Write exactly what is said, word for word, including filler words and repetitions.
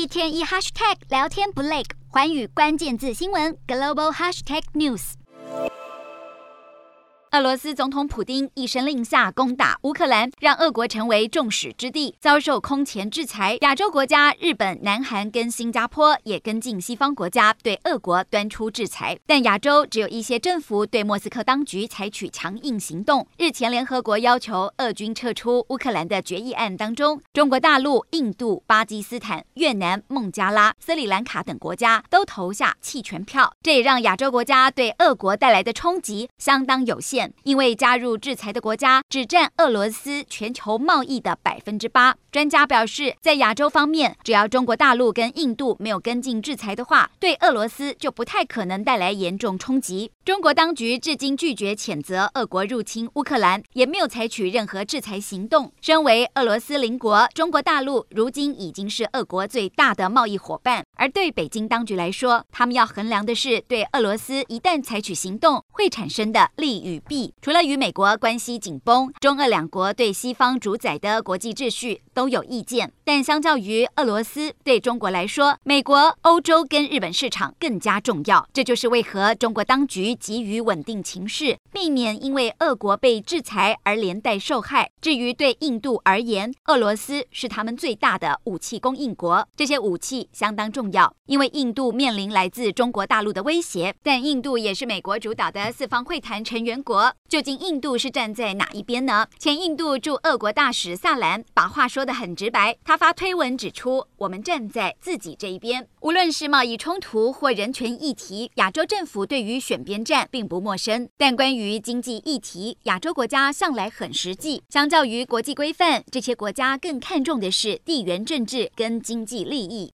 天一 hashtag 聊天不累，寰宇关键字新闻 global hashtag news。俄罗斯总统普丁一声令下攻打乌克兰，让俄国成为众矢之的，遭受空前制裁。亚洲国家日本、南韩跟新加坡也跟进西方国家对俄国端出制裁，但亚洲只有一些政府对莫斯科当局采取强硬行动。日前，联合国要求俄军撤出乌克兰的决议案当中，中国大陆、印度、巴基斯坦、越南、孟加拉、斯里兰卡等国家都投下弃权票，这也让亚洲国家对俄国带来的冲击相当有限。因为加入制裁的国家只占俄罗斯全球贸易的百分之八。专家表示，在亚洲方面，只要中国大陆跟印度没有跟进制裁的话，对俄罗斯就不太可能带来严重冲击。中国当局至今拒绝谴责俄国入侵乌克兰，也没有采取任何制裁行动。身为俄罗斯邻国，中国大陆如今已经是俄国最大的贸易伙伴。而对北京当局来说，他们要衡量的是对俄罗斯一旦采取行动会产生的利与弊。除了与美国关系紧绷，中俄两国对西方主宰的国际秩序都有意见，但相较于俄罗斯，对中国来说，美国、欧洲跟日本市场更加重要。这就是为何中国当局急于稳定情势，避免因为俄国被制裁而连带受害。至于对印度而言，俄罗斯是他们最大的武器供应国，这些武器相当重要，因为印度面临来自中国大陆的威胁，但印度也是美国主导的四方会谈成员国。究竟印度是站在哪一边呢？前印度驻俄国大使萨兰把话说得很直白，他发推文指出，我们站在自己这一边。无论是贸易冲突或人权议题，亚洲政府对于选边站并不陌生，但关于经济议题，亚洲国家向来很实际。相较于国际规范，这些国家更看重的是地缘政治跟经济利益。